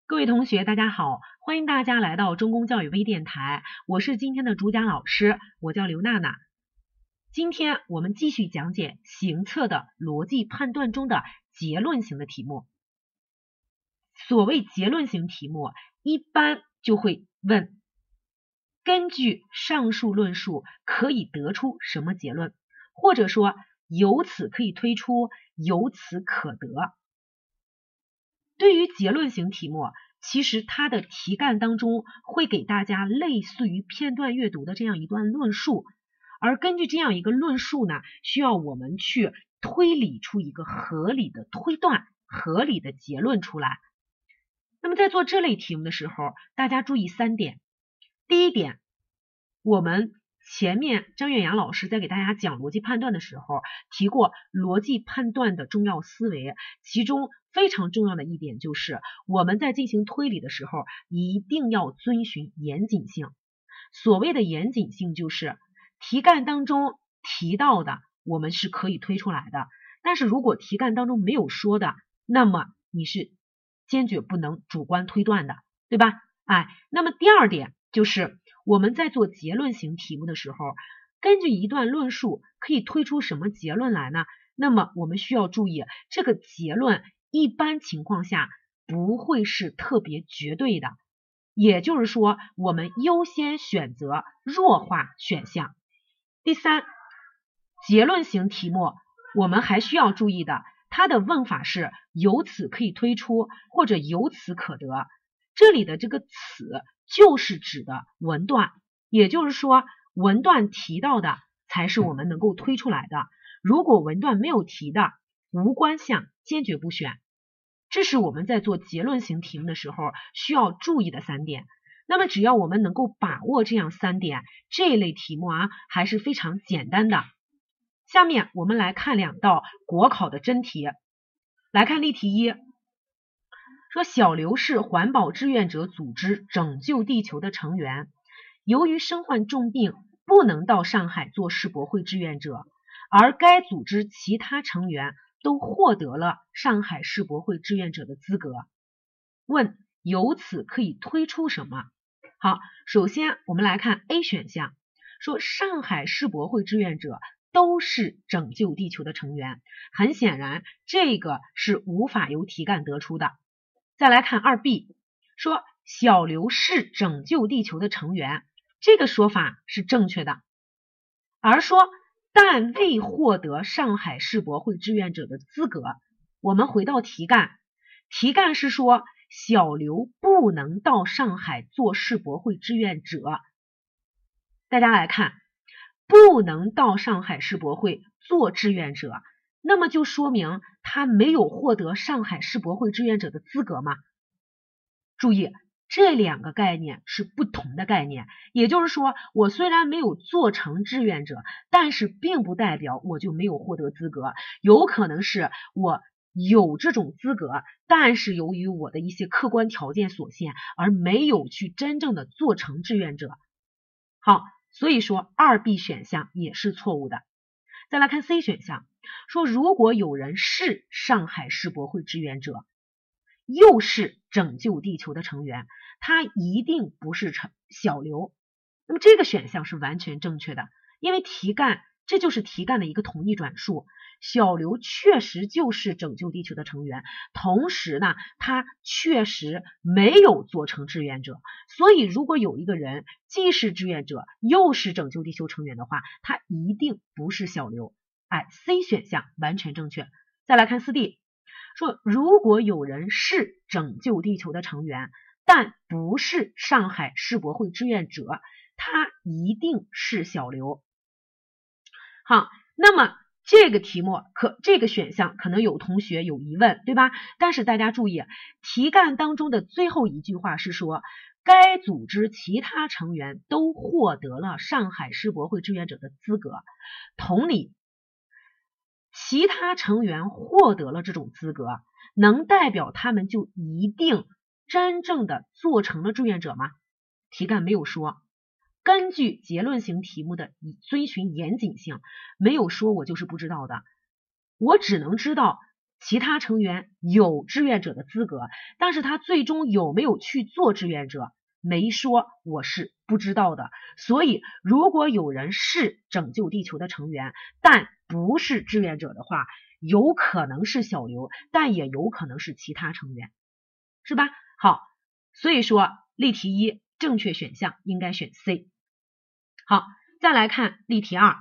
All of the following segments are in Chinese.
各位同学，大家好，欢迎大家来到中公教育微电台，我是今天的主讲老师，我叫刘娜娜。今天我们继续讲解行测的逻辑判断中的结论型的题目。所谓结论型题目，一般就会问，根据上述论述可以得出什么结论，或者说由此可以推出，由此可得。对于结论型题目，其实它的题干当中会给大家类似于片段阅读的这样一段论述，而根据这样一个论述呢，需要我们去推理出一个合理的推断、合理的结论出来。那么在做这类题目的时候，大家注意3点。第一点，我们前面张远阳老师在给大家讲逻辑判断的时候提过逻辑判断的重要思维，其中非常重要的一点就是我们在进行推理的时候一定要遵循严谨性。所谓的严谨性就是题干当中提到的我们是可以推出来的，但是如果题干当中没有说的，那么你是坚决不能主观推断的，对吧？那么第二点就是我们在做结论型题目的时候，根据一段论述可以推出什么结论来呢？那么我们需要注意，这个结论一般情况下不会是特别绝对的，也就是说我们优先选择弱化选项。第三，结论型题目我们还需要注意的，它的问法是由此可以推出或者由此可得，这里的这个此就是指的文段，也就是说文段提到的才是我们能够推出来的，如果文段没有提的，无关项坚决不选。这是我们在做结论型题目的时候需要注意的3点。那么只要我们能够把握这样3点，这一类题目还是非常简单的。下面我们来看2道国考的真题。来看例题1，说小刘是环保志愿者组织拯救地球的成员，由于身患重病不能到上海做世博会志愿者，而该组织其他成员都获得了上海世博会志愿者的资格。问由此可以推出什么？好，首先我们来看 A 选项，说上海世博会志愿者都是拯救地球的成员，很显然这个是无法由题干得出的。再来看 2B， 说小刘是拯救地球的成员，这个说法是正确的，而说但未获得上海世博会志愿者的资格，我们回到题干，题干是说小刘不能到上海做世博会志愿者，大家来看不能到上海世博会做志愿者，那么就说明他没有获得上海世博会志愿者的资格吗？注意，这2个概念是不同的概念，也就是说我虽然没有做成志愿者，但是并不代表我就没有获得资格，有可能是我有这种资格，但是由于我的一些客观条件所限，而没有去真正的做成志愿者。好，所以说 2B 选项也是错误的。再来看 C 选项，说如果有人是上海世博会志愿者，又是拯救地球的成员，他一定不是小刘。那么这个选项是完全正确的，因为题干这就是题干的一个同义转述，小刘确实就是拯救地球的成员，同时呢他确实没有做成志愿者，所以如果有一个人既是志愿者又是拯救地球成员的话，他一定不是小刘。C 选项完全正确。再来看 4D， 说如果有人是拯救地球的成员，但不是上海世博会志愿者，他一定是小刘。好，那么这个题目这个选项可能有同学有疑问，对吧？但是大家注意，题干当中的最后一句话是说该组织其他成员都获得了上海世博会志愿者的资格，同理其他成员获得了这种资格，能代表他们就一定真正的做成了志愿者吗？题干没有说。根据结论型题目的遵循严谨性，没有说我就是不知道的，我只能知道其他成员有志愿者的资格，但是他最终有没有去做志愿者没说，我是不知道的。所以如果有人是拯救地球的成员，但不是志愿者的话，有可能是小刘，但也有可能是其他成员，是吧？好，所以说例题一正确选项应该选 C。 好，再来看例题二。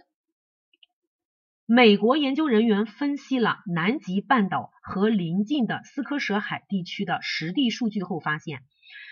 美国研究人员分析了南极半岛和邻近的斯科舍海地区的实地数据后发现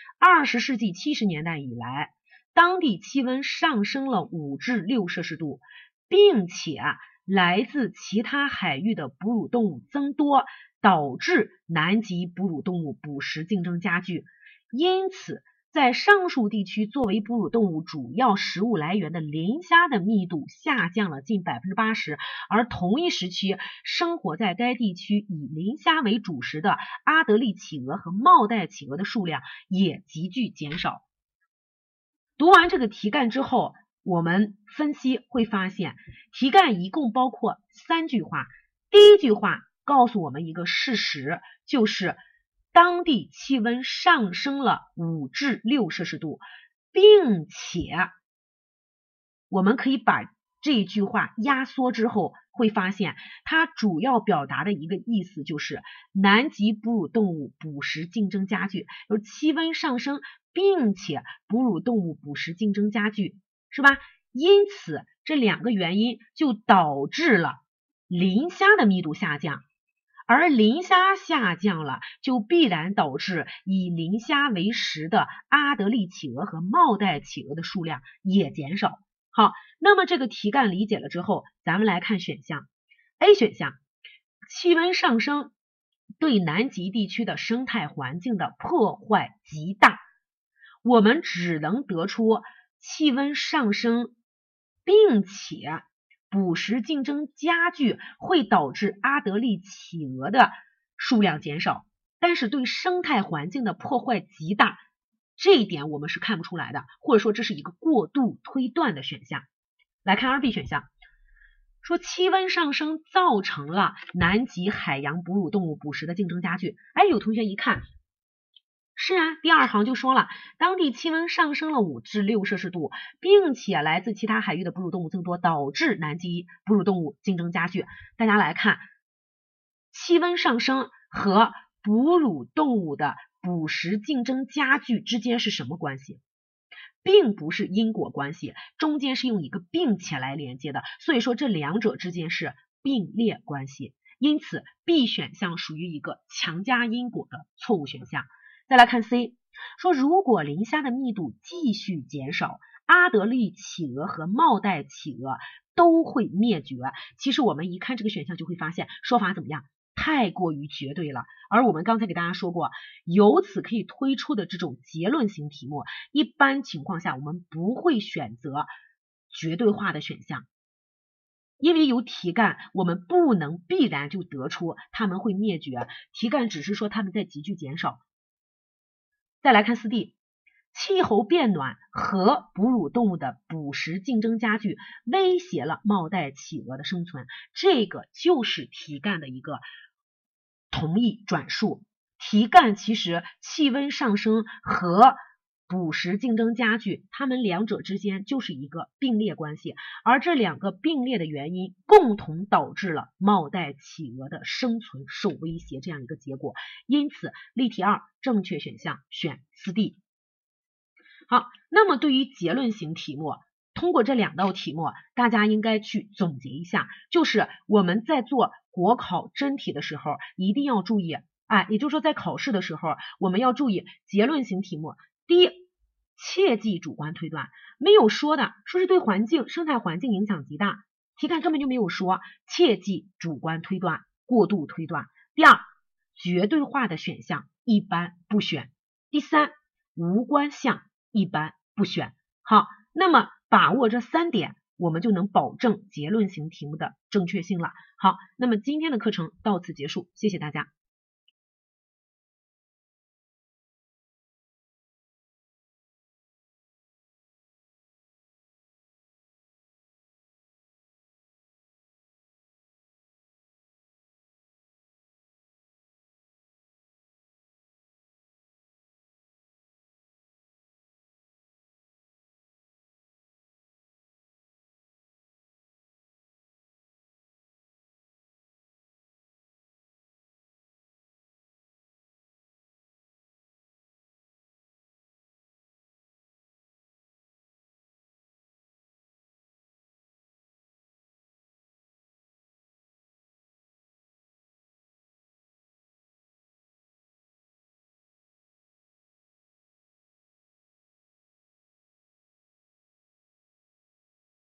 ，20世纪70年代以来，当地气温上升了5至6摄氏度，并且来自其他海域的哺乳动物增多，导致南极哺乳动物捕食竞争加剧。因此在上述地区作为哺乳动物主要食物来源的磷虾的密度下降了近 80%， 而同一时期生活在该地区以磷虾为主食的阿德利企鹅和帽带企鹅的数量也急剧减少。读完这个题干之后，我们分析会发现，题干一共包括3句话。第一句话告诉我们一个事实，就是当地气温上升了5至6摄氏度，并且我们可以把这句话压缩之后，会发现它主要表达的一个意思就是南极哺乳动物捕食竞争加剧，就是气温上升，并且哺乳动物捕食竞争加剧，是吧？因此这2个原因就导致了磷虾的密度下降。而磷虾下降了，就必然导致以磷虾为食的阿德利企鹅和帽带企鹅的数量也减少。好，那么这个题干理解了之后，咱们来看选项。A 选项，气温上升对南极地区的生态环境的破坏极大。我们只能得出气温上升并且捕食竞争加剧会导致阿德利企鹅的数量减少，但是对生态环境的破坏极大，这一点我们是看不出来的，或者说这是一个过度推断的选项。来看 2B 选项，说气温上升造成了南极海洋哺乳动物捕食的竞争加剧。有同学一看，是啊，第2行就说了，当地气温上升了5至6摄氏度，并且来自其他海域的哺乳动物增多，导致南极哺乳动物竞争加剧。大家来看，气温上升和哺乳动物的捕食竞争加剧之间是什么关系？并不是因果关系，中间是用一个并且来连接的，所以说这2者之间是并列关系。因此 B 选项属于一个强加因果的错误选项。再来看 C， 说如果磷虾的密度继续减少，阿德利企鹅和帽带企鹅都会灭绝。其实我们一看这个选项就会发现说法怎么样？太过于绝对了。而我们刚才给大家说过，由此可以推出的这种结论型题目，一般情况下我们不会选择绝对化的选项，因为有题干我们不能必然就得出它们会灭绝，题干只是说它们在急剧减少。再来看 4D， 气候变暖和哺乳动物的捕食竞争加剧威胁了帽带企鹅的生存，这个就是题干的一个同义转述。题干其实气温上升和捕食竞争加剧，它们2者之间就是一个并列关系，而这2个并列的原因共同导致了帽带企鹅的生存受威胁这样一个结果。因此例题2正确选项选 4D。 好，那么对于结论型题目，通过这2道题目，大家应该去总结一下，就是我们在做国考真题的时候一定要注意，也就是说在考试的时候我们要注意结论型题目。第一，切忌主观推断，没有说的，说是对生态环境影响极大，题干根本就没有说，切忌主观推断、过度推断。第二，绝对化的选项一般不选。第三，无关项一般不选。好，那么把握这3点，我们就能保证结论型题目的正确性了。好，那么今天的课程到此结束，谢谢大家。